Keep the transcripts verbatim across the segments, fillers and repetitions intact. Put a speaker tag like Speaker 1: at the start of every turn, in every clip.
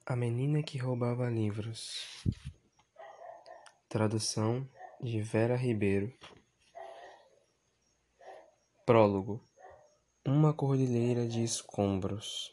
Speaker 1: A menina que roubava livros. Tradução de Vera Ribeiro. Prólogo. Uma cordilheira de escombros.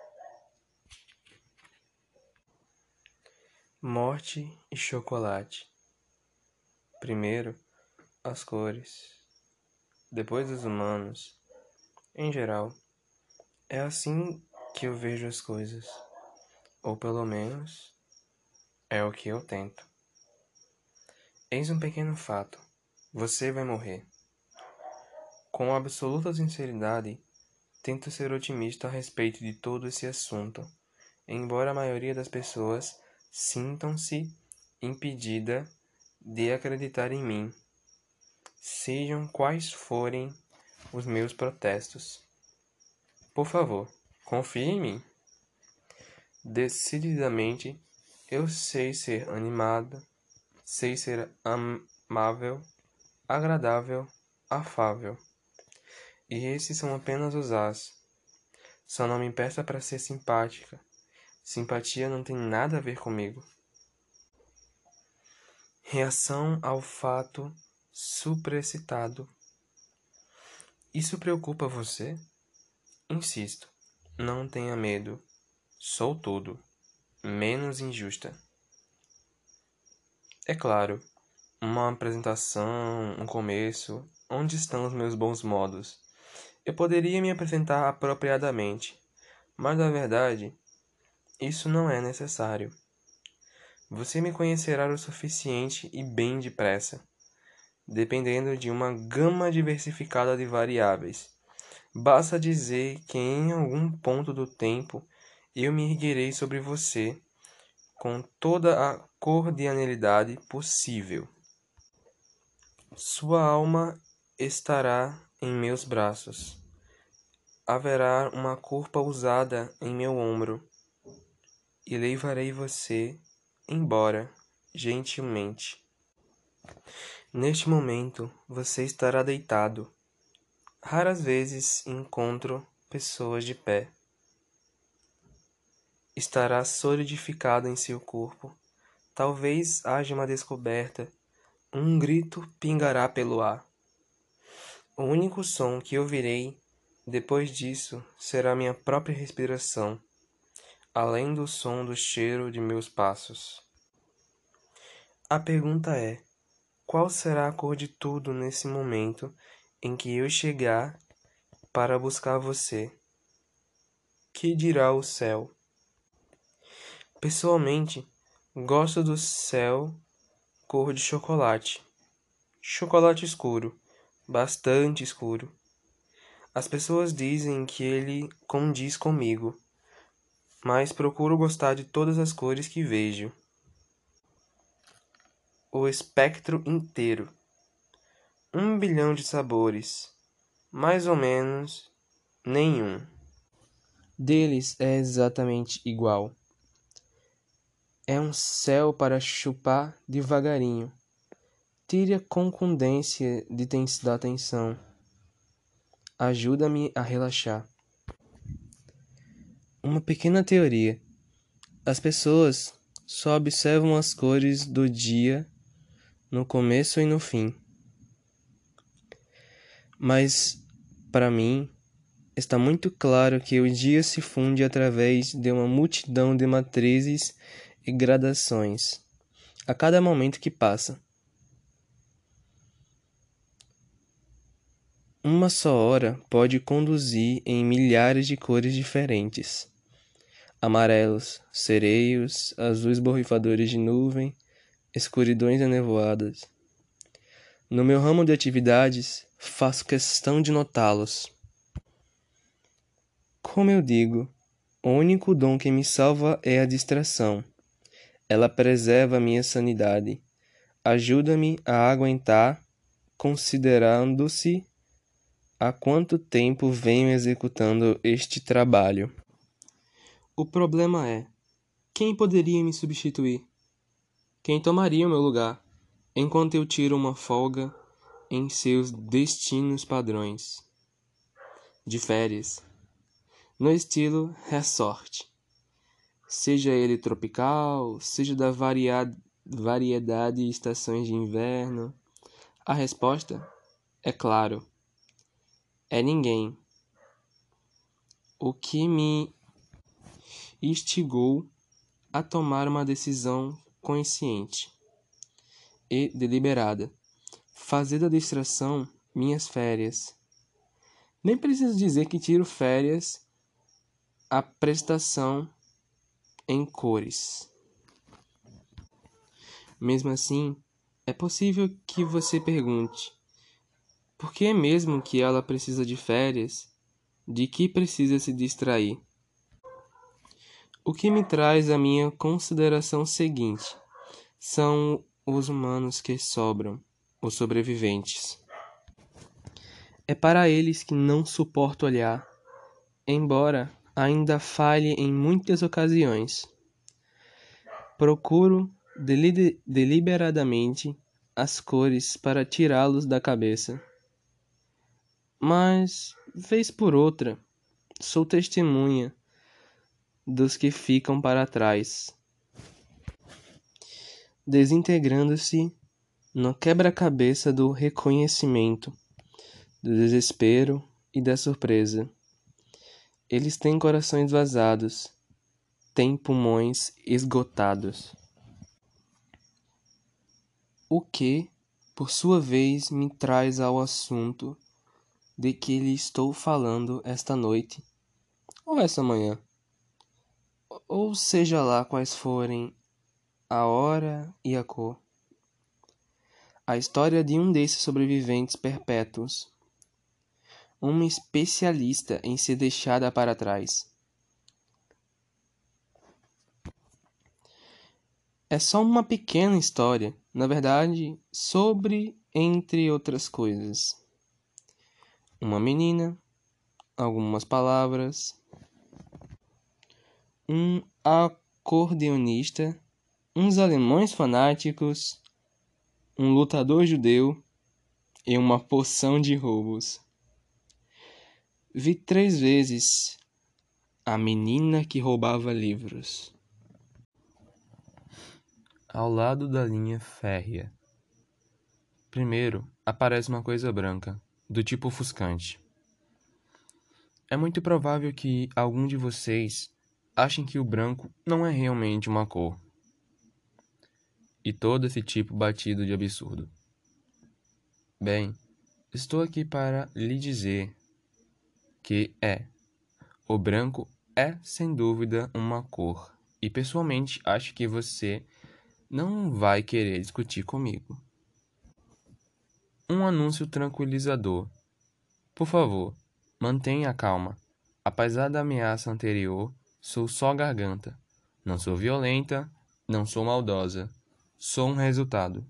Speaker 1: Morte e chocolate. Primeiro, as cores. Depois os humanos. Em geral, é assim que eu vejo as coisas. Ou pelo menos, é o que eu tento. Eis um pequeno fato. Você vai morrer. Com absoluta sinceridade, tento ser otimista a respeito de todo esse assunto, embora a maioria das pessoas sintam-se impedida de acreditar em mim, sejam quais forem os meus protestos. Por favor, confie em mim. Decididamente, eu sei ser animada, sei ser amável, agradável, afável. E esses são apenas os as. Só não me peça para ser simpática. Simpatia não tem nada a ver comigo. Reação ao fato supracitado. Isso preocupa você? Insisto, não tenha medo. Sou tudo, menos injusta. É claro, uma apresentação, um começo. Onde estão os meus bons modos? Eu poderia me apresentar apropriadamente, mas na verdade, isso não é necessário. Você me conhecerá o suficiente e bem depressa, dependendo de uma gama diversificada de variáveis. Basta dizer que em algum ponto do tempo eu me erguerei sobre você com toda a cordialidade possível. Sua alma estará em meus braços. Haverá uma cor pausada em meu ombro, e levarei você embora, gentilmente. Neste momento, você estará deitado. Raras vezes encontro pessoas de pé. Estará solidificado em seu corpo. Talvez haja uma descoberta. Um grito pingará pelo ar. O único som que ouvirei depois disso será minha própria respiração, além do som do cheiro de meus passos. A pergunta é: qual será a cor de tudo nesse momento em que eu chegar para buscar você? Que dirá o céu? Pessoalmente, gosto do céu cor de chocolate. Chocolate escuro, bastante escuro. As pessoas dizem que ele condiz comigo, mas procuro gostar de todas as cores que vejo. O espectro inteiro. Um bilhão de sabores. Mais ou menos nenhum deles é exatamente igual. É um céu para chupar devagarinho. Tire a concundência de ten- da tensão. Ajuda-me a relaxar. Uma pequena teoria. As pessoas só observam as cores do dia no começo e no fim. Mas, para mim, está muito claro que o dia se funde através de uma multidão de matrizes e gradações, a cada momento que passa. Uma só hora pode conduzir em milhares de cores diferentes. Amarelos, cereios, azuis borrifadores de nuvem, escuridões enevoadas. No meu ramo de atividades, faço questão de notá-los. Como eu digo, o único dom que me salva é a distração. Ela preserva minha sanidade. Ajuda-me a aguentar, considerando-se há quanto tempo venho executando este trabalho. O problema é, quem poderia me substituir? Quem tomaria o meu lugar, enquanto eu tiro uma folga em seus destinos padrões? De férias, no estilo resort, seja ele tropical, seja da varia- variedade de estações de inverno? A resposta é claro, é ninguém. O que me instigou a tomar uma decisão consciente e deliberada, fazer da distração minhas férias. Nem preciso dizer que tiro férias a prestação em cores. Mesmo assim, é possível que você pergunte: por que é mesmo que ela precisa de férias? De que precisa se distrair? O que me traz a minha consideração seguinte: são os humanos que sobram, os sobreviventes. É para eles que não suporto olhar, embora ainda falhe em muitas ocasiões. Procuro deli- deliberadamente as cores para tirá-los da cabeça. Mas, vez por outra, sou testemunha dos que ficam para trás, desintegrando-se no quebra-cabeça do reconhecimento, do desespero e da surpresa. Eles têm corações vazados, têm pulmões esgotados. O que, por sua vez, me traz ao assunto de que lhe estou falando esta noite, ou esta manhã, ou seja lá quais forem a hora e a cor. A história de um desses sobreviventes perpétuos, uma especialista em ser deixada para trás. É só uma pequena história, na verdade, sobre, entre outras coisas, uma menina, algumas palavras, um acordeonista, uns alemães fanáticos, um lutador judeu e uma porção de roubos. Vi três vezes a menina que roubava livros. Ao lado da linha férrea. Primeiro, aparece uma coisa branca, do tipo ofuscante. É muito provável que algum de vocês achem que o branco não é realmente uma cor. E todo esse tipo batido de absurdo. Bem, estou aqui para lhe dizer que é. O branco é, sem dúvida, uma cor. E pessoalmente acho que você não vai querer discutir comigo. Um anúncio tranquilizador. Por favor, mantenha a calma. Apesar da ameaça anterior, sou só garganta. Não sou violenta, não sou maldosa. Sou um resultado.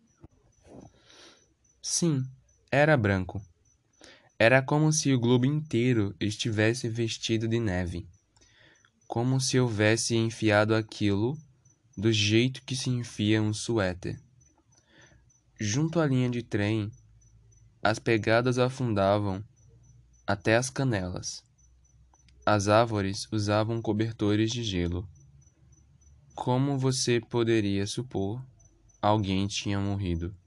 Speaker 1: Sim, era branco. Era como se o globo inteiro estivesse vestido de neve. Como se houvesse enfiado aquilo do jeito que se enfia um suéter. Junto à linha de trem, as pegadas afundavam até as canelas. As árvores usavam cobertores de gelo. Como você poderia supor, alguém tinha morrido.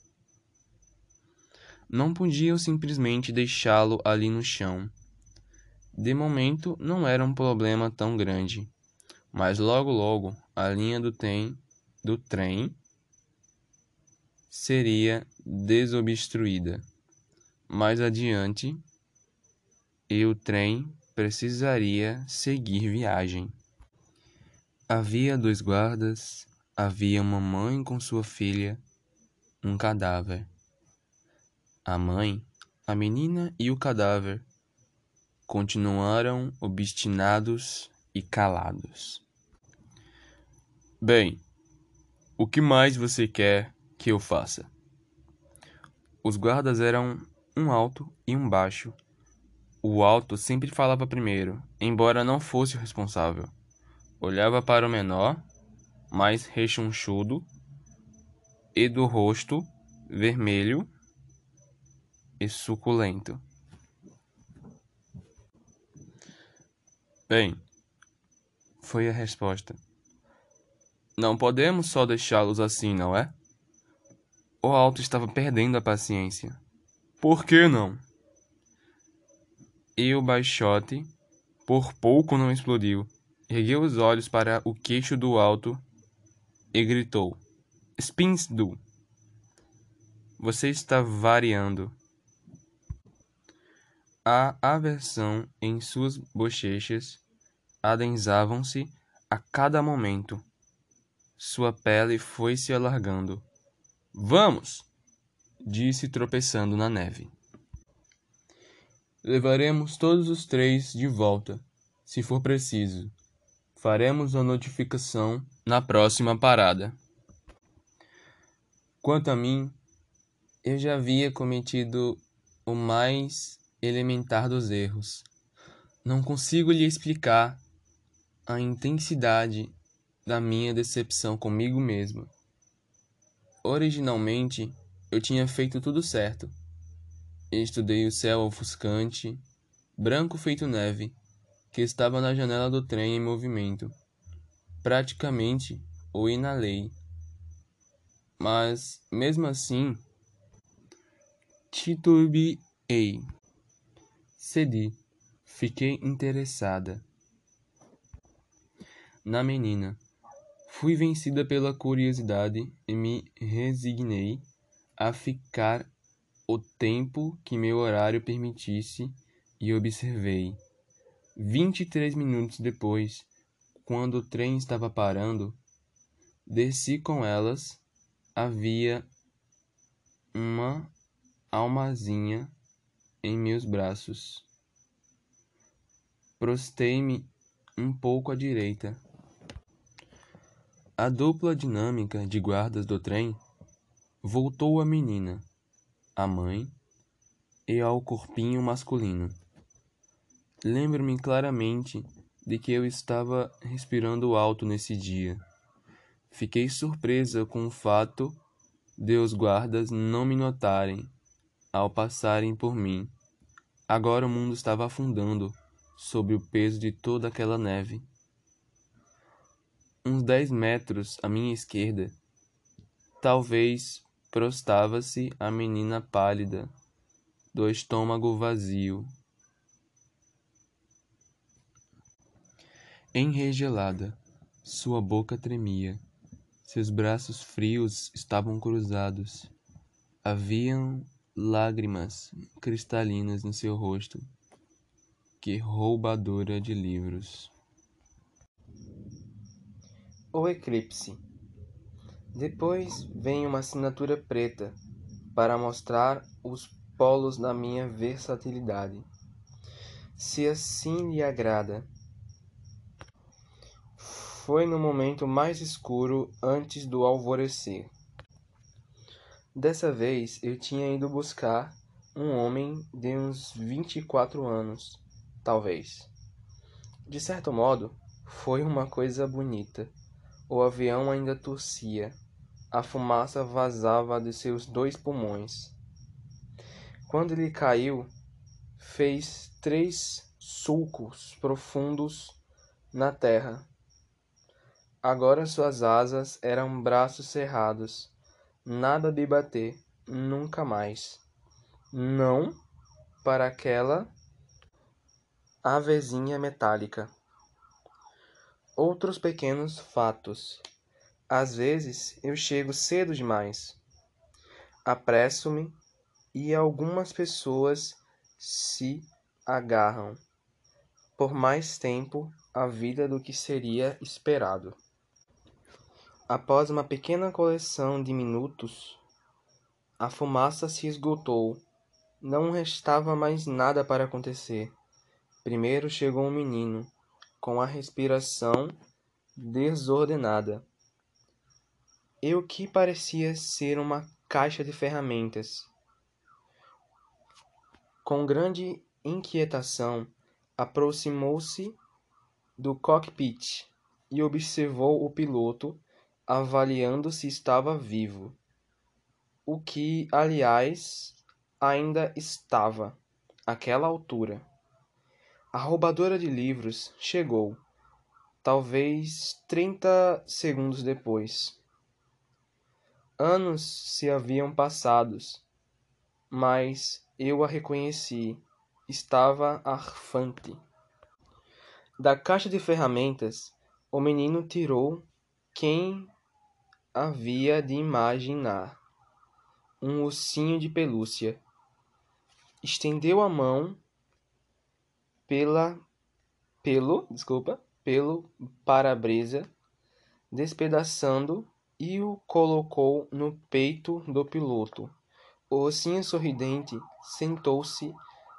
Speaker 1: Não podiam simplesmente deixá-lo ali no chão. De momento, não era um problema tão grande, mas logo logo a linha do trem, do trem seria desobstruída. Mais adiante, e o trem precisaria seguir viagem. Havia dois guardas, havia uma mãe com sua filha, um cadáver. A mãe, a menina e o cadáver continuaram obstinados e calados. Bem, o que mais você quer que eu faça? Os guardas eram um alto e um baixo. O alto sempre falava primeiro, embora não fosse o responsável. Olhava para o menor, mais rechonchudo, e do rosto vermelho e suculento. Bem, foi a resposta.
Speaker 2: Não podemos só deixá-los assim, não é? O Alto estava perdendo a paciência. Por que não? E o Baixote, por pouco não explodiu, ergueu os olhos para o queixo do Alto e gritou: Spindu! Você está variando. A aversão em suas bochechas adensavam-se a cada momento. Sua pele foi se alargando. Vamos! Disse tropeçando na neve. Levaremos todos os três de volta, se for preciso. Faremos a notificação na próxima parada. Quanto a mim, eu já havia cometido o mais elementar dos erros. Não consigo lhe explicar a intensidade da minha decepção comigo mesmo. Originalmente, eu tinha feito tudo certo. Estudei o céu ofuscante, branco feito neve, que estava na janela do trem em movimento. Praticamente o inalei. Mas, mesmo assim, titubeei. Cedi. Fiquei interessada na menina. Fui vencida pela curiosidade e me resignei a ficar o tempo que meu horário permitisse e observei. Vinte e três minutos depois, quando o trem estava parando, desci com elas. Havia uma almazinha em meus braços. Prostei-me um pouco à direita. A dupla dinâmica de guardas do trem voltou à menina, à mãe e ao corpinho masculino. Lembro-me claramente de que eu estava respirando alto nesse dia. Fiquei surpresa com o fato de os guardas não me notarem ao passarem por mim. Agora o mundo estava afundando sob o peso de toda aquela neve. Uns dez metros à minha esquerda, talvez prostava-se a menina pálida, do estômago vazio, enregelada. Sua boca tremia. Seus braços frios estavam cruzados. Haviam lágrimas cristalinas no seu rosto. Que roubadora de livros!
Speaker 1: O eclipse. Depois vem uma assinatura preta para mostrar os polos da minha versatilidade. Se assim lhe agrada. Foi no momento mais escuro antes do alvorecer. Dessa vez eu tinha ido buscar um homem de uns vinte e quatro anos, talvez. De certo modo, foi uma coisa bonita. O avião ainda tossia. A fumaça vazava de seus dois pulmões. Quando ele caiu, fez três sulcos profundos na terra. Agora suas asas eram braços cerrados. Nada de bater, nunca mais. Não para aquela avezinha metálica. Outros pequenos fatos. Às vezes eu chego cedo demais. Apresso-me e algumas pessoas se agarram por mais tempo à vida do que seria esperado. Após uma pequena coleção de minutos, a fumaça se esgotou. Não restava mais nada para acontecer. Primeiro chegou um menino, com a respiração desordenada. E o que parecia ser uma caixa de ferramentas. Com grande inquietação, aproximou-se do cockpit e observou o piloto, avaliando se estava vivo. O que, aliás, ainda estava, àquela altura. A roubadora de livros chegou. talvez trinta segundos depois. Anos se haviam passado, mas eu a reconheci. Estava arfante. Da caixa de ferramentas, o menino tirou quem havia de imaginar. Um ursinho de pelúcia. Estendeu a mão pela pelo, desculpa, pelo para-brisa, despedaçando e o colocou no peito do piloto. O ursinho sorridente sentou-se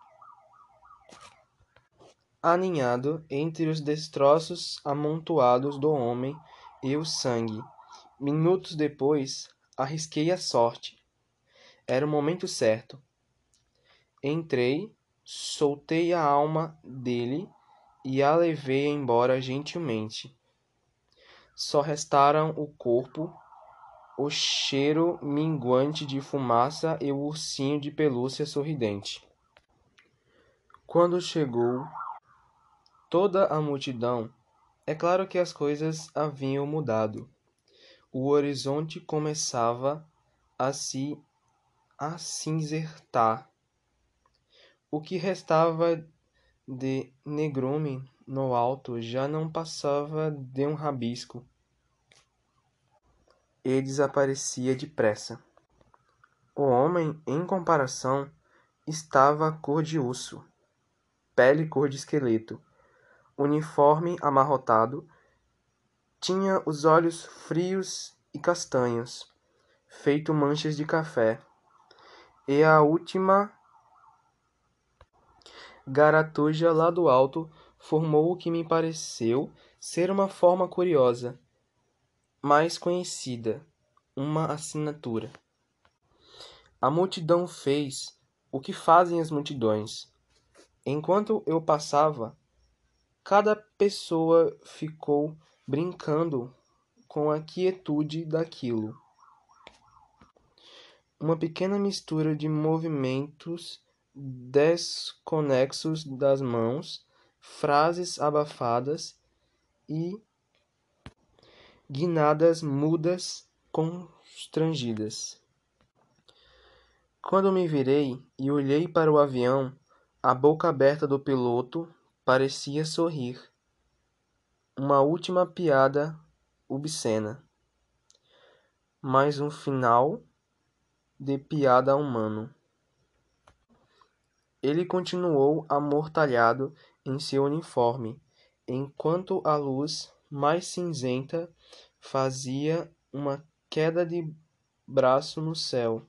Speaker 1: aninhado entre os destroços amontoados do homem e o sangue. Minutos depois, arrisquei a sorte. Era o momento certo. Entrei, soltei a alma dele e a levei embora gentilmente. Só restaram o corpo, o cheiro minguante de fumaça e o ursinho de pelúcia sorridente. Quando chegou toda a multidão, é claro que as coisas haviam mudado. O horizonte começava a se acinzentar. O que restava de negrume no alto já não passava de um rabisco e desaparecia depressa. O homem, em comparação, estava cor de urso, pele cor de esqueleto, uniforme amarrotado, tinha os olhos frios e castanhos, feito manchas de café, e a última garatuja lá do alto formou o que me pareceu ser uma forma curiosa, mais conhecida, uma assinatura. A multidão fez o que fazem as multidões. Enquanto eu passava, cada pessoa ficou brincando com a quietude daquilo. Uma pequena mistura de movimentos desconexos das mãos, frases abafadas e guinadas mudas constrangidas. Quando me virei e olhei para o avião, a boca aberta do piloto parecia sorrir. Uma última piada obscena. Mais um final de piada humano. Ele continuou amortalhado em seu uniforme, enquanto a luz mais cinzenta fazia uma queda de braço no céu,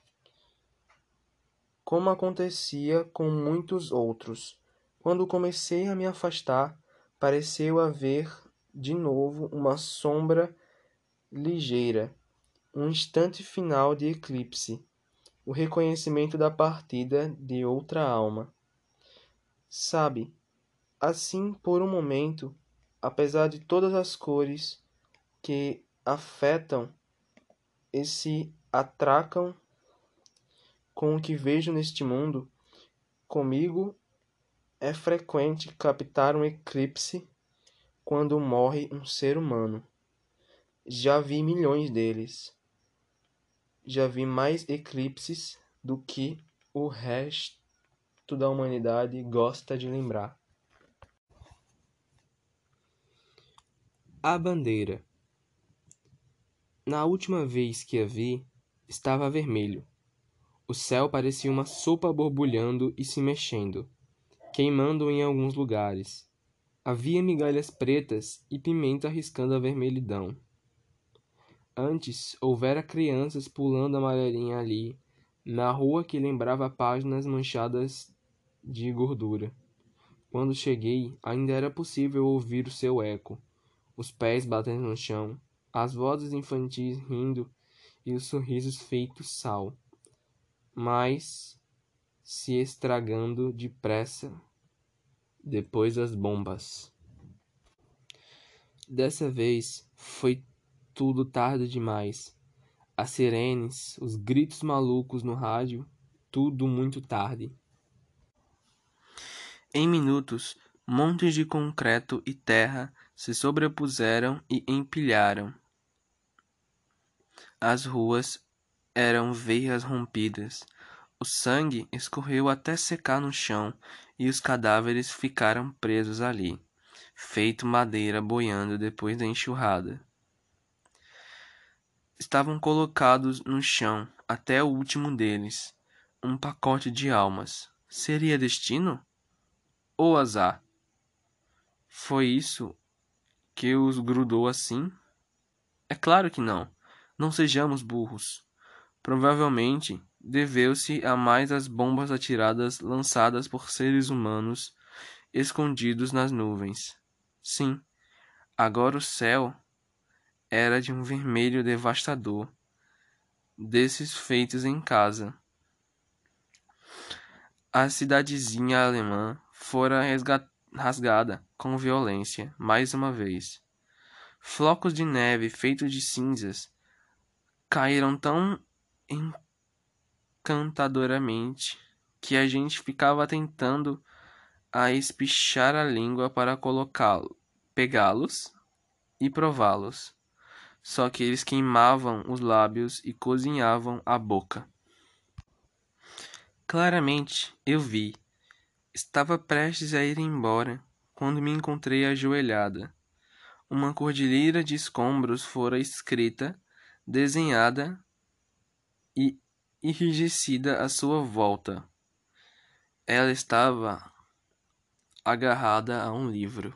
Speaker 1: como acontecia com muitos outros. Quando comecei a me afastar, pareceu haver de novo uma sombra ligeira, um instante final de eclipse, o reconhecimento da partida de outra alma. Sabe, assim por um momento, apesar de todas as cores que afetam e se atracam com o que vejo neste mundo, comigo é frequente captar um eclipse quando morre um ser humano. Já vi milhões deles. Já vi mais eclipses do que o resto da humanidade gosta de lembrar. A bandeira. Na última vez que a vi, estava vermelho. O céu parecia uma sopa borbulhando e se mexendo, queimando em alguns lugares. Havia migalhas pretas e pimenta riscando a vermelhidão. Antes, houvera crianças pulando amarelinha ali, na rua que lembrava páginas manchadas de gordura. Quando cheguei, ainda era possível ouvir o seu eco, os pés batendo no chão, as vozes infantis rindo e os sorrisos feitos sal, mas se estragando depressa depois das bombas. Dessa vez foi tudo tarde demais. As sirenes, os gritos malucos no rádio, tudo muito tarde. Em minutos, montes de concreto e terra
Speaker 2: se sobrepuseram e empilharam. As ruas eram veias rompidas. O sangue escorreu até secar no chão e os cadáveres ficaram presos ali, feito madeira boiando depois da enxurrada. Estavam colocados no chão, até o último deles, um pacote de almas. Seria destino? Ou azar? Foi isso que os grudou assim? É claro que não. Não sejamos burros. Provavelmente deveu-se a mais as bombas atiradas lançadas por seres humanos escondidos nas nuvens. Sim, agora o céu era de um vermelho devastador, desses feitos em casa. A cidadezinha alemã fora rasgada com violência, mais uma vez. Flocos de neve feitos de cinzas caíram tão encantadoramente que a gente ficava tentando a espichar a língua para colocá-lo, pegá-los e prová-los. Só que eles queimavam os lábios e cozinhavam a boca. Claramente, eu vi. Estava prestes a ir embora, quando me encontrei ajoelhada. Uma cordilheira de escombros fora escrita, desenhada e enrijecida à sua volta. Ela estava agarrada a um livro.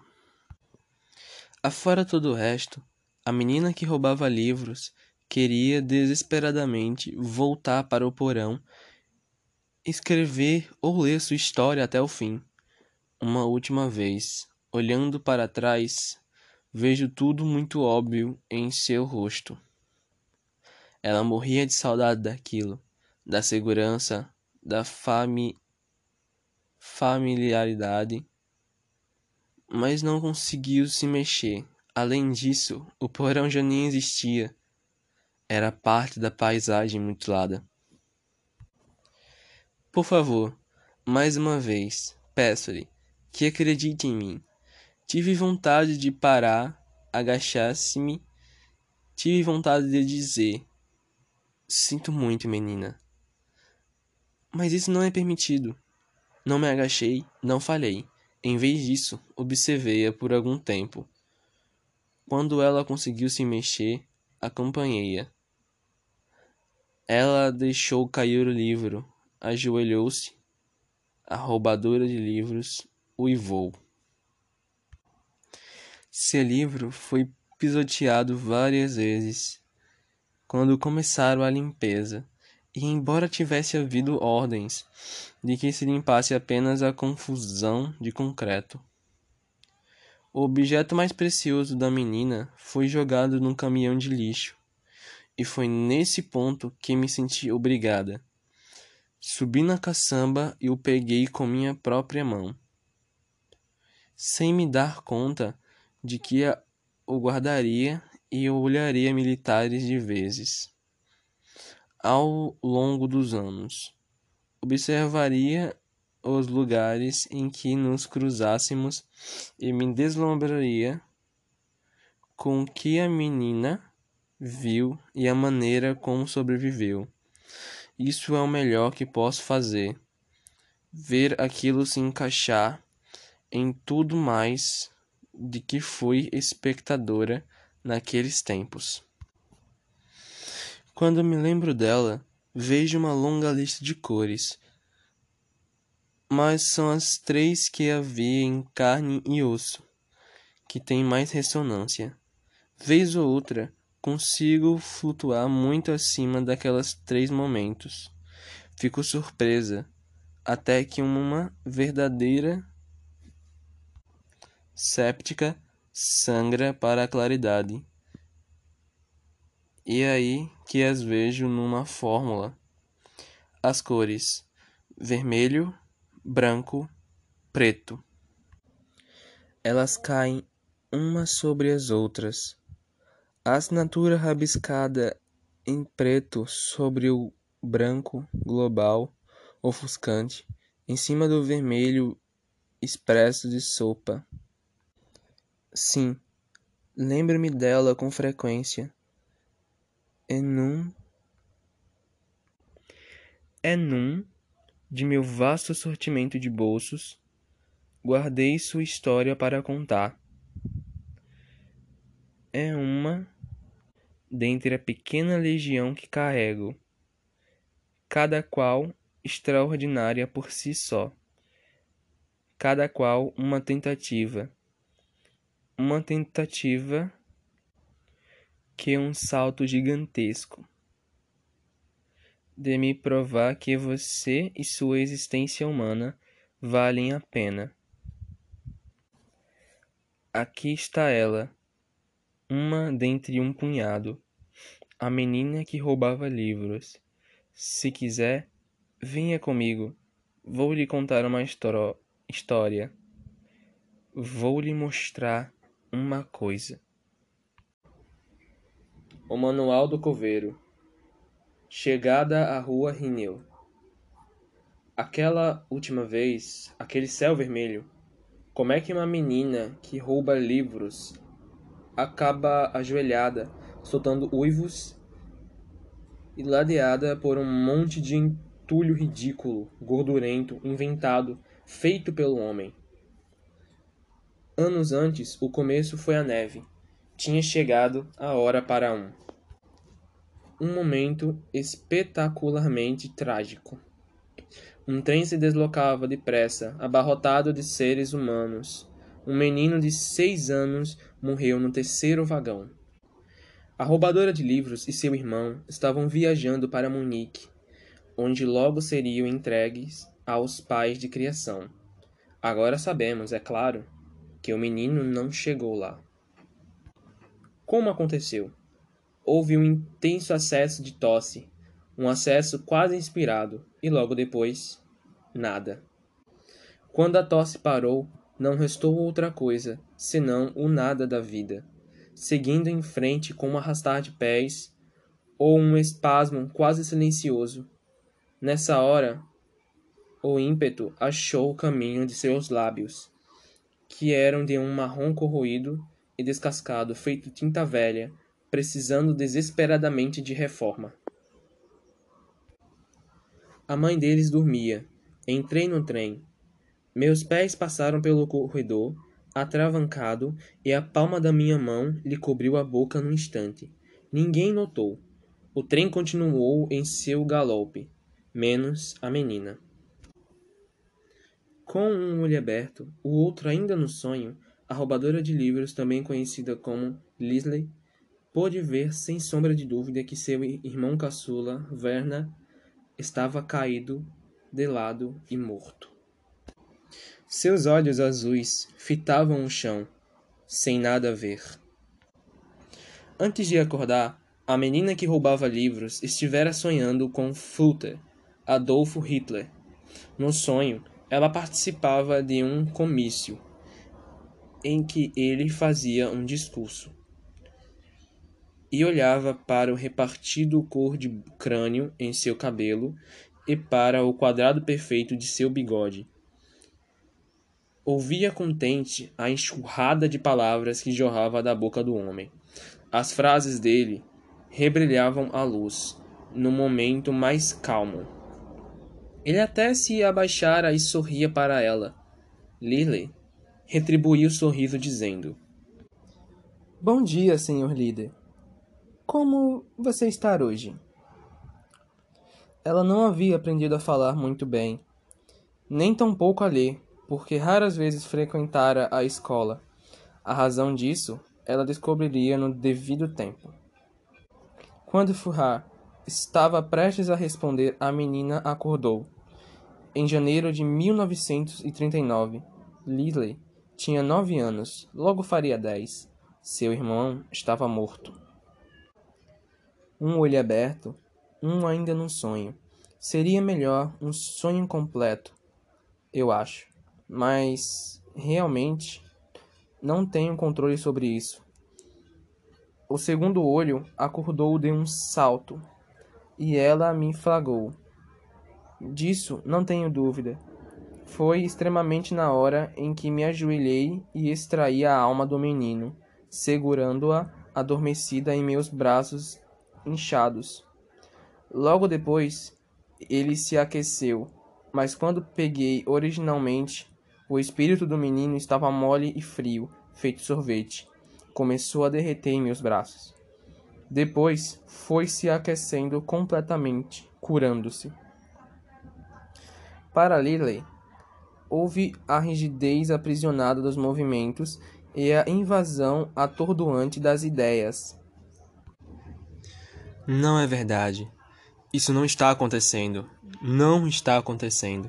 Speaker 2: Afora todo o resto, a menina que roubava livros queria desesperadamente voltar para o porão, escrever ou ler sua história até o fim. Uma última vez, olhando para trás, vejo tudo muito óbvio em seu rosto. Ela morria de saudade daquilo, da segurança, da fami... familiaridade, mas não conseguiu se mexer. Além disso, o porão já nem existia. Era parte da paisagem mutilada. Por favor, mais uma vez, peço-lhe que acredite em mim. Tive vontade de parar, agachar-se-me. Tive vontade de dizer: sinto muito, menina. Mas isso não é permitido. Não me agachei, não falhei. Em vez disso, observei-a por algum tempo. Quando ela conseguiu se mexer, acompanhei-a. Ela deixou cair o livro, ajoelhou-se. A roubadora de livros uivou. Seu livro foi pisoteado várias vezes quando começaram a limpeza, e embora tivesse havido ordens de que se limpasse apenas a confusão de concreto, o objeto mais precioso da menina foi jogado num caminhão de lixo, e foi nesse ponto que me senti obrigada. Subi na caçamba e o peguei com minha própria mão, sem me dar conta de que o guardaria e o olharia militares de vezes. Ao longo dos anos, observaria os lugares em que nos cruzássemos e me deslumbraria com o que a menina viu e a maneira como sobreviveu. Isso é o melhor que posso fazer. Ver aquilo se encaixar em tudo mais de que fui espectadora naqueles tempos. Quando me lembro dela, vejo uma longa lista de cores, mas são as três que havia em carne e osso que têm mais ressonância. Vez ou outra, consigo flutuar muito acima daquelas três momentos. Fico surpresa, até que uma verdadeira séptica sangra para a claridade. E é aí que as vejo numa fórmula. As cores vermelho, branco, preto. Elas caem umas sobre as outras. A assinatura rabiscada em preto sobre o branco global ofuscante, em cima do vermelho expresso de sopa. Sim,
Speaker 1: Lembro-me dela com frequência. É num... É num de meu vasto sortimento de bolsos, guardei sua história para contar. É uma dentre a pequena legião que carrego, cada qual extraordinária por si só, cada qual uma tentativa, uma tentativa que é um salto gigantesco, de me provar que você e sua existência humana valem a pena. Aqui está ela, uma dentre um punhado, a menina que roubava livros. Se quiser, venha comigo. Vou lhe contar uma histó- história. Vou lhe mostrar uma coisa. O Manual do Coveiro. Chegada à Rua Rineu. Aquela última vez, aquele céu vermelho. Como é que uma menina que rouba livros acaba ajoelhada, soltando uivos e ladeada por um monte de entulho ridículo, gordurento, inventado, feito pelo homem? Anos antes, o começo foi a neve. Tinha chegado a hora para um. Um momento espetacularmente trágico. Um trem se deslocava depressa, abarrotado de seres humanos. Um menino de seis anos morreu no terceiro vagão. A roubadora de livros e seu irmão estavam viajando para Munique, onde logo seriam entregues aos pais de criação. Agora sabemos, é claro, que o menino não chegou lá. Como aconteceu? Houve um intenso acesso de tosse, um acesso quase inspirado, e logo depois, nada. Quando a tosse parou, não restou outra coisa, senão o nada da vida, seguindo em frente com um arrastar de pés, ou um espasmo quase silencioso. Nessa hora, o ímpeto achou o caminho de seus lábios, que eram de um marrom corroído e descascado, feito tinta velha, precisando desesperadamente de reforma. A mãe deles dormia. Entrei no trem. Meus pés passaram pelo corredor, atravancado, e a palma da minha mão lhe cobriu a boca num instante. Ninguém notou. O trem continuou em seu galope, menos a menina. Com um olho aberto, o outro ainda no sonho, a roubadora de livros, também conhecida como Leslie, pôde ver sem sombra de dúvida que seu irmão caçula, Werner, estava caído, de lado e morto. Seus olhos azuis fitavam o chão, sem nada a ver. Antes de acordar, a menina que roubava livros estivera sonhando com Führer, Adolfo Hitler. No sonho, ela participava de um comício, em que ele fazia um discurso. E olhava para o repartido cor de crânio em seu cabelo e para o quadrado perfeito de seu bigode. Ouvia contente a enxurrada de palavras que jorrava da boca do homem. As frases dele rebrilhavam à luz, no momento mais calmo. Ele até se abaixara e sorria para ela. Lily retribuiu o sorriso, dizendo: Bom dia, senhor líder. Como você está hoje? Ela não havia aprendido a falar muito bem, nem tampouco a ler, porque raras vezes frequentara a escola. A razão disso ela descobriria no devido tempo. Quando Führer estava prestes a responder, a menina acordou. Em janeiro de mil novecentos e trinta e nove, Lily tinha nove anos, logo faria dez. Seu irmão estava morto. Um olho aberto, um ainda num sonho. Seria melhor um sonho completo, eu acho. Mas, realmente, não tenho controle sobre isso. O segundo olho acordou de um salto, e ela me flagrou. Disso não tenho dúvida. Foi extremamente na hora em que me ajoelhei e extraí a alma do menino, segurando-a adormecida em meus braços inchados. Logo depois, ele se aqueceu, mas quando peguei originalmente, o espírito do menino estava mole e frio, feito sorvete. Começou a derreter em meus braços. Depois, foi se aquecendo completamente, curando-se. Para Lily, houve a rigidez aprisionada dos movimentos e a invasão atordoante das ideias.
Speaker 2: Não é verdade. Isso não está acontecendo. Não está acontecendo.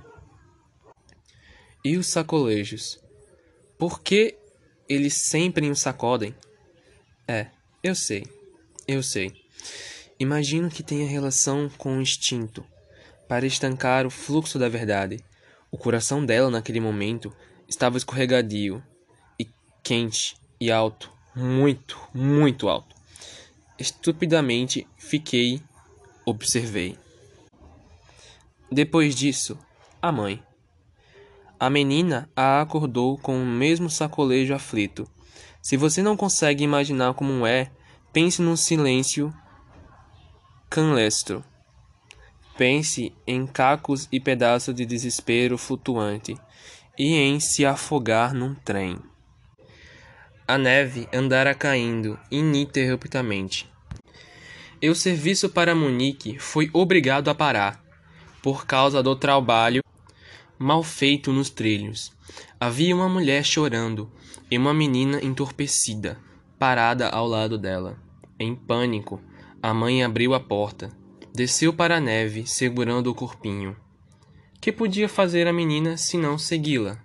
Speaker 2: E os sacolejos? Por que eles sempre os sacodem? É, eu sei. Eu sei. Imagino que tenha relação com o instinto, para estancar o fluxo da verdade. O coração dela, naquele momento, estava escorregadio, e quente, e alto, muito, muito alto. Estupidamente fiquei, observei. Depois disso, a mãe. A menina a acordou com o mesmo sacolejo aflito. Se você não consegue imaginar como é, pense num silêncio canlestro. Pense em cacos e pedaços de desespero flutuante, e em se afogar num trem. A neve andara caindo ininterruptamente. E o serviço para Monique foi obrigado a parar, por causa do trabalho mal feito nos trilhos. Havia uma mulher chorando, e uma menina entorpecida, parada ao lado dela. Em pânico, a mãe abriu a porta. Desceu para a neve, segurando o corpinho. Que podia fazer a menina se não segui-la?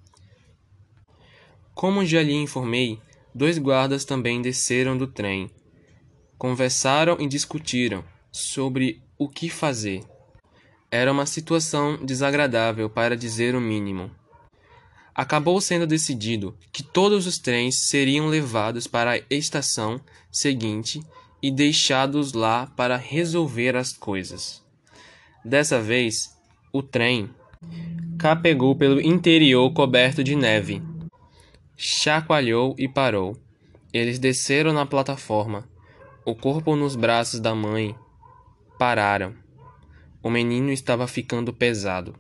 Speaker 2: Como já lhe informei, dois guardas também desceram do trem. Conversaram e discutiram sobre o que fazer. Era uma situação desagradável, para dizer o mínimo. Acabou sendo decidido que todos os trens seriam levados para a estação seguinte e deixados lá para resolver as coisas. Dessa vez, o trem capegou pelo interior coberto de neve. Chacoalhou e parou. Eles desceram na plataforma. O corpo nos braços da mãe. Pararam. O menino estava ficando pesado.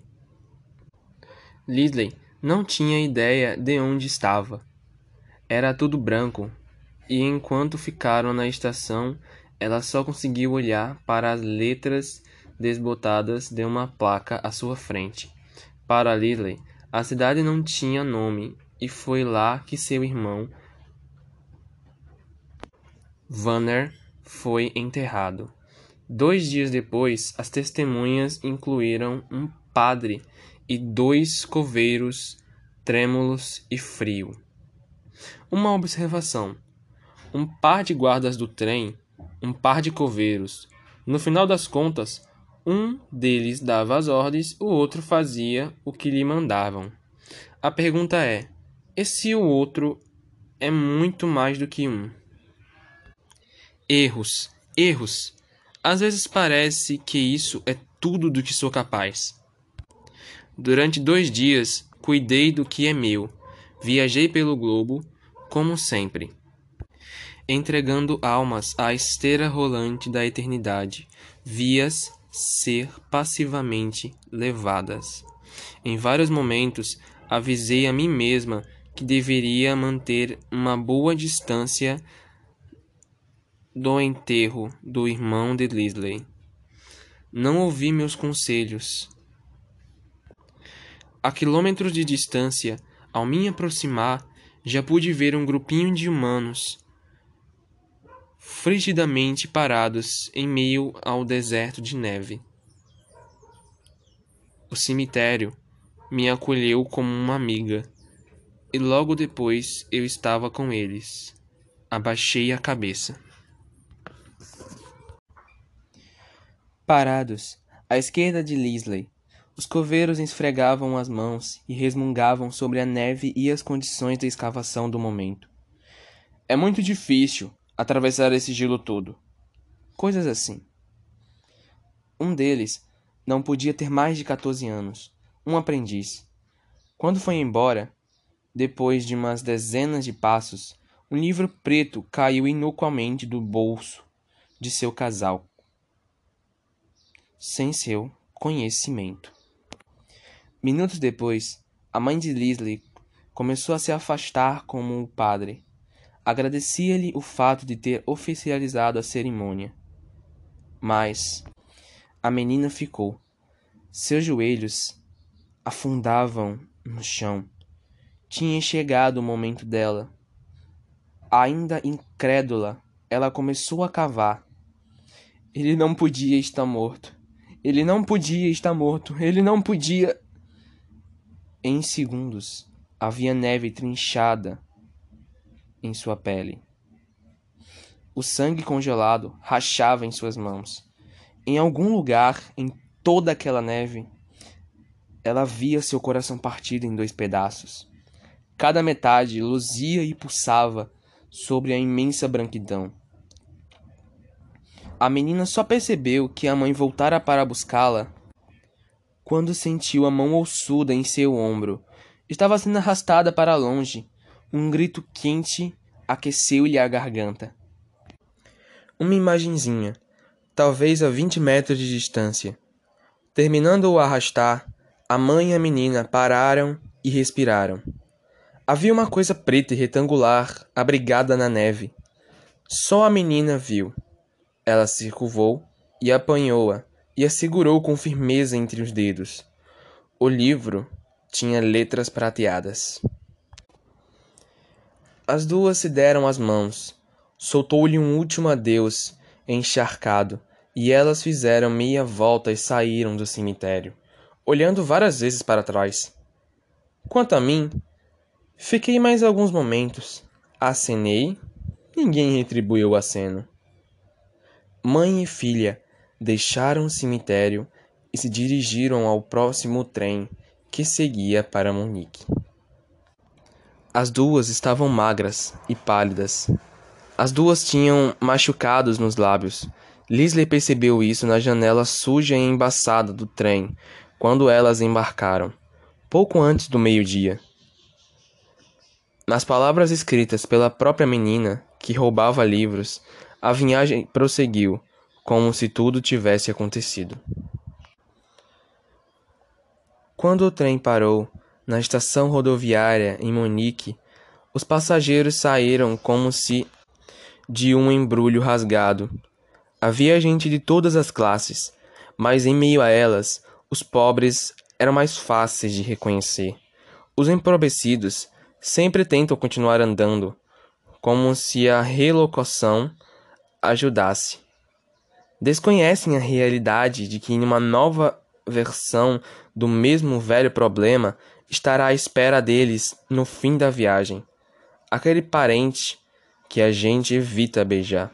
Speaker 2: Lily não tinha ideia de onde estava. Era tudo branco. E enquanto ficaram na estação, ela só conseguiu olhar para as letras desbotadas de uma placa à sua frente. Para Lily, a cidade não tinha nome, e foi lá que seu irmão Vanner foi enterrado. Dois dias depois, as testemunhas incluíram um padre e dois coveiros trêmulos e frio. Uma observação. Um par de guardas do trem, um par de coveiros. No final das contas, um deles dava as ordens, o outro fazia o que lhe mandavam. A pergunta é, e se o outro é muito mais do que um? Erros, erros. Às vezes parece que isso é tudo do que sou capaz. Durante dois dias, cuidei do que é meu. Viajei pelo globo, como sempre, entregando almas à esteira rolante da eternidade, vias ser passivamente levadas. Em vários momentos, avisei a mim mesma que deveria manter uma boa distância do enterro do irmão de Lily. Não ouvi meus conselhos. A quilômetros de distância, ao me aproximar, já pude ver um grupinho de humanos frigidamente parados em meio ao deserto de neve. O cemitério me acolheu como uma amiga, e logo depois eu estava com eles. Abaixei a cabeça. Parados, à esquerda de Lily, os coveiros esfregavam as mãos e resmungavam sobre a neve e as condições da escavação do momento. É muito difícil atravessar esse gelo todo. Coisas assim. Um deles não podia ter mais de quatorze anos, um aprendiz. Quando foi embora, depois de umas dezenas de passos, Um livro preto caiu inocuamente do bolso de seu casaco, sem seu conhecimento. Minutos depois, a mãe de Leslie começou a se afastar como o padre. Agradecia-lhe o fato de ter oficializado a cerimônia. Mas a menina ficou. Seus joelhos afundavam no chão. Tinha chegado o momento dela. Ainda incrédula, ela começou a cavar. Ele não podia estar morto. Ele não podia estar morto. Ele não podia. Em segundos, havia neve trinchada em sua pele. O sangue congelado rachava em suas mãos. Em algum lugar, em toda aquela neve, ela via seu coração partido em dois pedaços. Cada metade luzia e pulsava sobre a imensa branquidão. A menina só percebeu que a mãe voltara para buscá-la quando sentiu a mão ossuda em seu ombro. Estava sendo arrastada para longe. Um grito quente aqueceu-lhe a garganta. Uma imagenzinha, talvez a vinte metros de distância. Terminando o arrastar, a mãe e a menina pararam e respiraram. Havia uma coisa preta e retangular abrigada na neve. Só a menina viu. Ela se curvou e apanhou-a e a segurou com firmeza entre os dedos. O livro tinha letras prateadas. As duas se deram as mãos. Soltou-lhe um último adeus encharcado, e elas fizeram meia volta e saíram do cemitério, olhando várias vezes para trás. Quanto a mim, fiquei mais alguns momentos. Acenei. Ninguém retribuiu o aceno. Mãe e filha deixaram o cemitério e se dirigiram ao próximo trem que seguia para Munique. As duas estavam magras e pálidas. As duas tinham machucados nos lábios. Leslie percebeu isso na janela suja e embaçada do trem, quando elas embarcaram, pouco antes do meio-dia. Nas palavras escritas pela própria menina, que roubava livros, a viagem prosseguiu, como se tudo tivesse acontecido. Quando o trem parou na estação rodoviária em Munique, os passageiros saíram como se de um embrulho rasgado. Havia gente de todas as classes, mas em meio a elas, os pobres eram mais fáceis de reconhecer. Os empobrecidos sempre tentam continuar andando, como se a relocação ajudasse. Desconhecem a realidade de que uma nova versão do mesmo velho problema estará à espera deles no fim da viagem. Aquele parente que a gente evita beijar.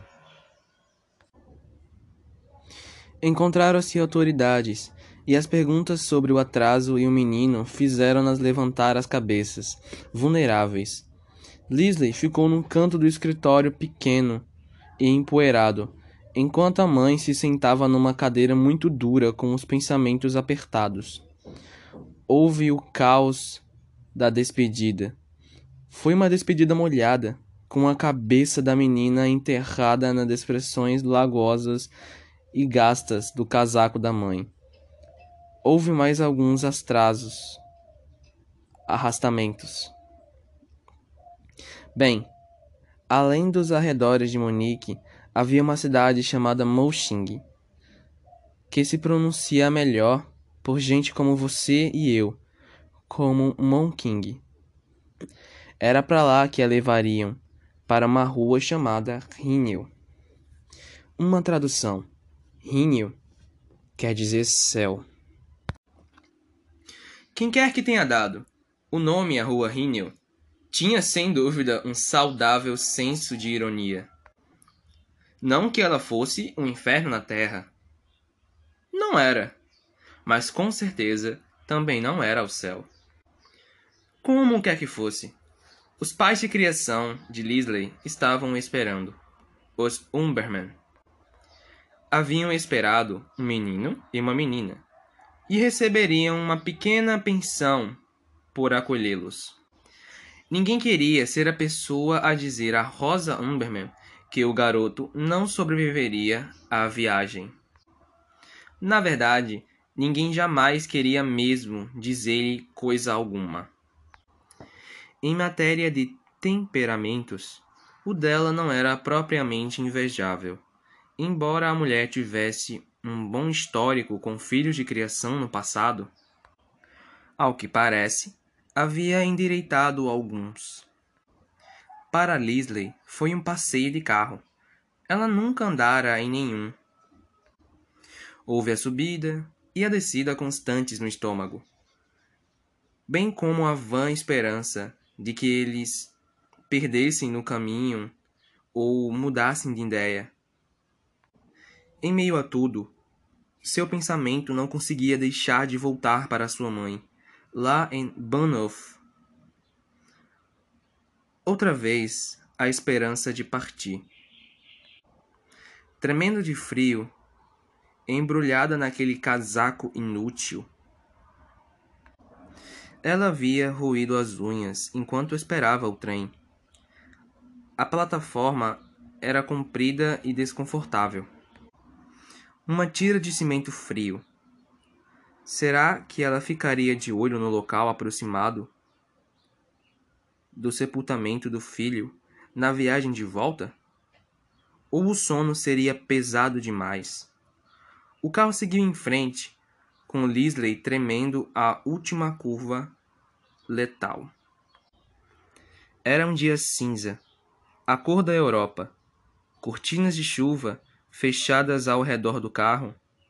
Speaker 2: Encontraram-se autoridades, e as perguntas sobre o atraso e o menino fizeram-nas levantar as cabeças, vulneráveis. Leslie ficou num canto do escritório pequeno e empoeirado, enquanto a mãe se sentava numa cadeira muito dura com os pensamentos apertados. Houve o caos da despedida. Foi uma despedida molhada, com a cabeça da menina enterrada nas expressões lagosas e gastas do casaco da mãe. Houve mais alguns atrasos, arrastamentos. Bem, além dos arredores de Munique, havia uma cidade chamada Moshing, que se pronuncia melhor por gente como você e eu, como Monking. Era para lá que a levariam, para uma rua chamada Rinel. Uma tradução. Rinel quer dizer céu. Quem quer que tenha dado o nome à rua Rinel tinha sem dúvida um saudável senso de ironia. Não que ela fosse um inferno na terra. Não era, mas com certeza também não era o céu. Como quer que fosse, os pais de criação de Leslie estavam esperando. Os Umberman haviam esperado um menino e uma menina, e receberiam uma pequena pensão por acolhê-los.
Speaker 1: Ninguém queria ser a pessoa a dizer a Rosa Umberman que o garoto não sobreviveria à viagem. Na verdade, ninguém jamais queria mesmo dizer-lhe coisa alguma. Em matéria de temperamentos, o dela não era propriamente invejável. Embora a mulher tivesse um bom histórico com filhos de criação no passado, ao que parece, havia endireitado alguns. Para Leslie, foi um passeio de carro. Ela nunca andara em nenhum. Houve a subida e a descida constantes no estômago, bem como a vã esperança de que eles perdessem no caminho ou mudassem de ideia. Em meio a tudo, seu pensamento não conseguia deixar de voltar para sua mãe, lá em Bahnhof. Outra vez, a esperança de partir. Tremendo de frio, embrulhada naquele casaco inútil, ela havia roído as unhas enquanto esperava o trem. A plataforma era comprida e desconfortável. Uma tira de cimento frio. Será que ela ficaria de olho no local aproximado do sepultamento do filho na viagem de volta? Ou o sono seria pesado demais? O carro seguiu em frente, com Leslie tremendo a última curva letal. Era um dia cinza, a cor da Europa. Cortinas de chuva fechadas ao redor do carro.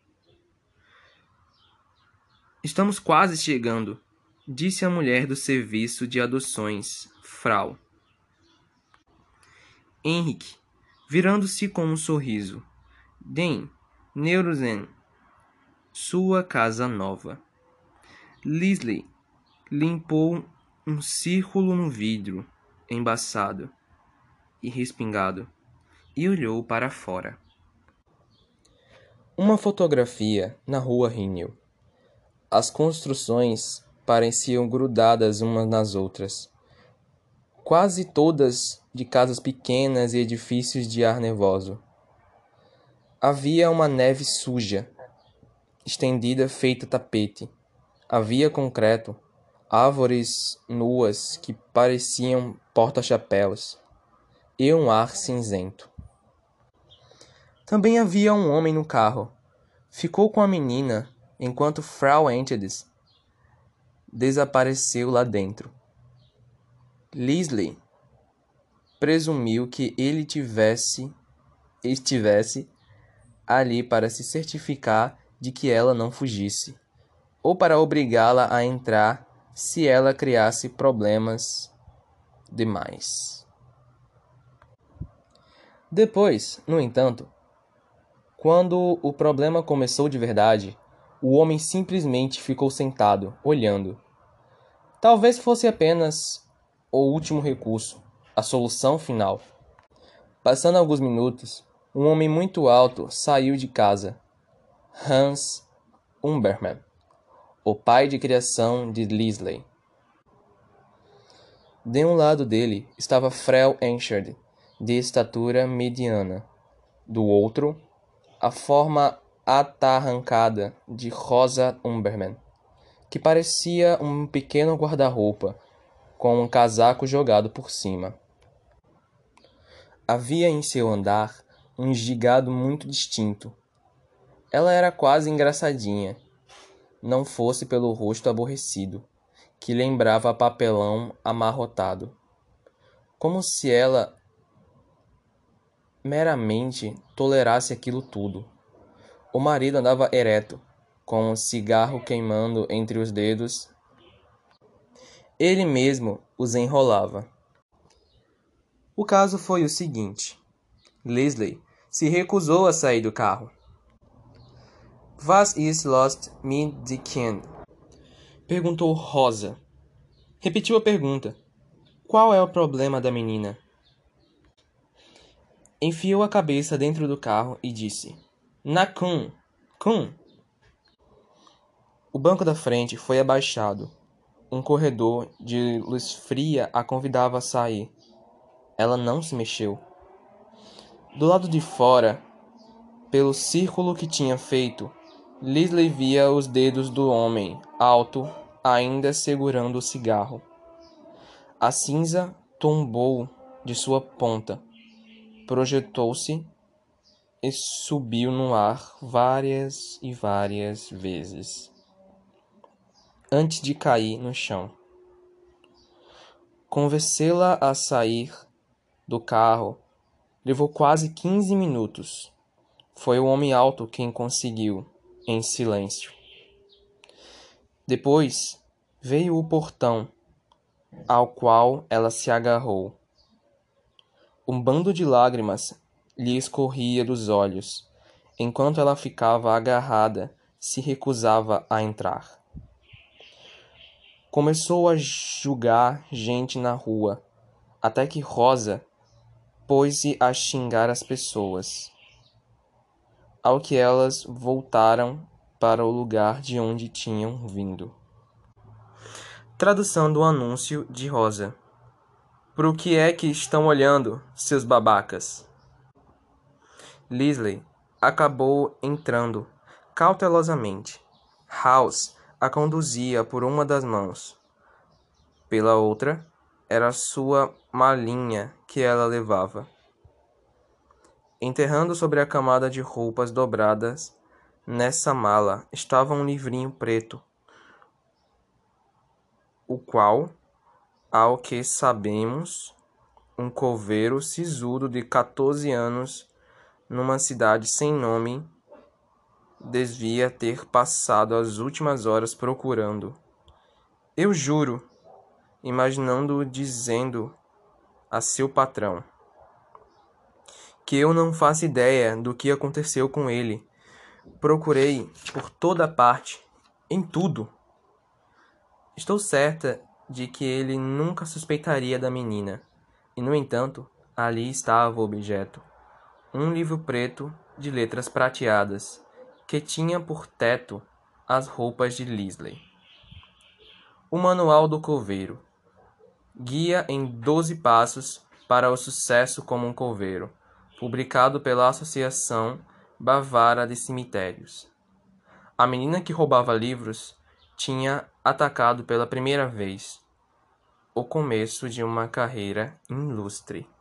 Speaker 1: Estamos quase chegando, disse a mulher do serviço de adoções, Frau. Henrique, virando-se com um sorriso. Den Neuruzen, sua casa nova. Leslie limpou um círculo no vidro, embaçado e respingado, e olhou para fora. Uma fotografia na rua Rinel. As construções pareciam grudadas umas nas outras, quase todas de casas pequenas e edifícios de ar nervoso. Havia uma neve suja, estendida feita tapete. Havia concreto, árvores nuas que pareciam porta-chapéus, e um ar cinzento. Também havia um homem no carro. Ficou com a menina enquanto Frau Entedes desapareceu lá dentro. Leslie presumiu que ele tivesse, estivesse ali para se certificar de que ela não fugisse, ou para obrigá-la a entrar se ela criasse problemas demais. Depois, no entanto, quando o problema começou de verdade, o homem simplesmente ficou sentado, olhando. Talvez fosse apenas o último recurso, a solução final. Passando alguns minutos, um homem muito alto saiu de casa. Hans Umberman, o pai de criação de Leslie. De um lado dele estava Frau Enchard, de estatura mediana. Do outro, a forma atarrancada de Rosa Umberman, que parecia um pequeno guarda-roupa, com um casaco jogado por cima. Havia em seu andar um gigado muito distinto. Ela era quase engraçadinha, não fosse pelo rosto aborrecido, que lembrava papelão amarrotado. Como se ela meramente tolerasse aquilo tudo. O marido andava ereto, com um cigarro queimando entre os dedos. Ele mesmo os enrolava. O caso foi o seguinte. Leslie se recusou a sair do carro. Was ist los mit dem Kind? Perguntou Rosa. Repetiu a pergunta. Qual é o problema da menina? Enfiou a cabeça dentro do carro e disse: Na Kuhn, Kuhn. O banco da frente foi abaixado. Um corredor de luz fria a convidava a sair. Ela não se mexeu. Do lado de fora, pelo círculo que tinha feito, Leslie via os dedos do homem, alto, ainda segurando o cigarro. A cinza tombou de sua ponta, projetou-se e subiu no ar várias e várias vezes, antes de cair no chão. Convencê-la a sair do carro levou quase quinze minutos. Foi o homem alto quem conseguiu, em silêncio. Depois veio o portão, ao qual ela se agarrou. Um bando de lágrimas lhe escorria dos olhos, enquanto ela ficava agarrada, se recusava a entrar. Começou a julgar gente na rua, até que Rosa pôs-se a xingar as pessoas, ao que elas voltaram para o lugar de onde tinham vindo. Tradução do anúncio de Rosa. Pro que é que estão olhando, seus babacas? Leslie acabou entrando cautelosamente. House a conduzia por uma das mãos. Pela outra, era sua malinha que ela levava. Enterrando sobre a camada de roupas dobradas, nessa mala estava um livrinho preto, o qual, ao que sabemos, um coveiro sisudo de quatorze anos, numa cidade sem nome, devia ter passado as últimas horas procurando. Eu juro, imaginando-o dizendo a seu patrão que eu não faço ideia do que aconteceu com ele. Procurei por toda parte, em tudo. Estou certa de que ele nunca suspeitaria da menina. E, no entanto, ali estava o objeto. Um livro preto de letras prateadas, que tinha por teto as roupas de Leslie. O Manual do Coveiro. Guia em doze passos para o sucesso como um coveiro, publicado pela Associação Bávara de Cemitérios. A menina que roubava livros tinha atacado pela primeira vez o começo de uma carreira ilustre.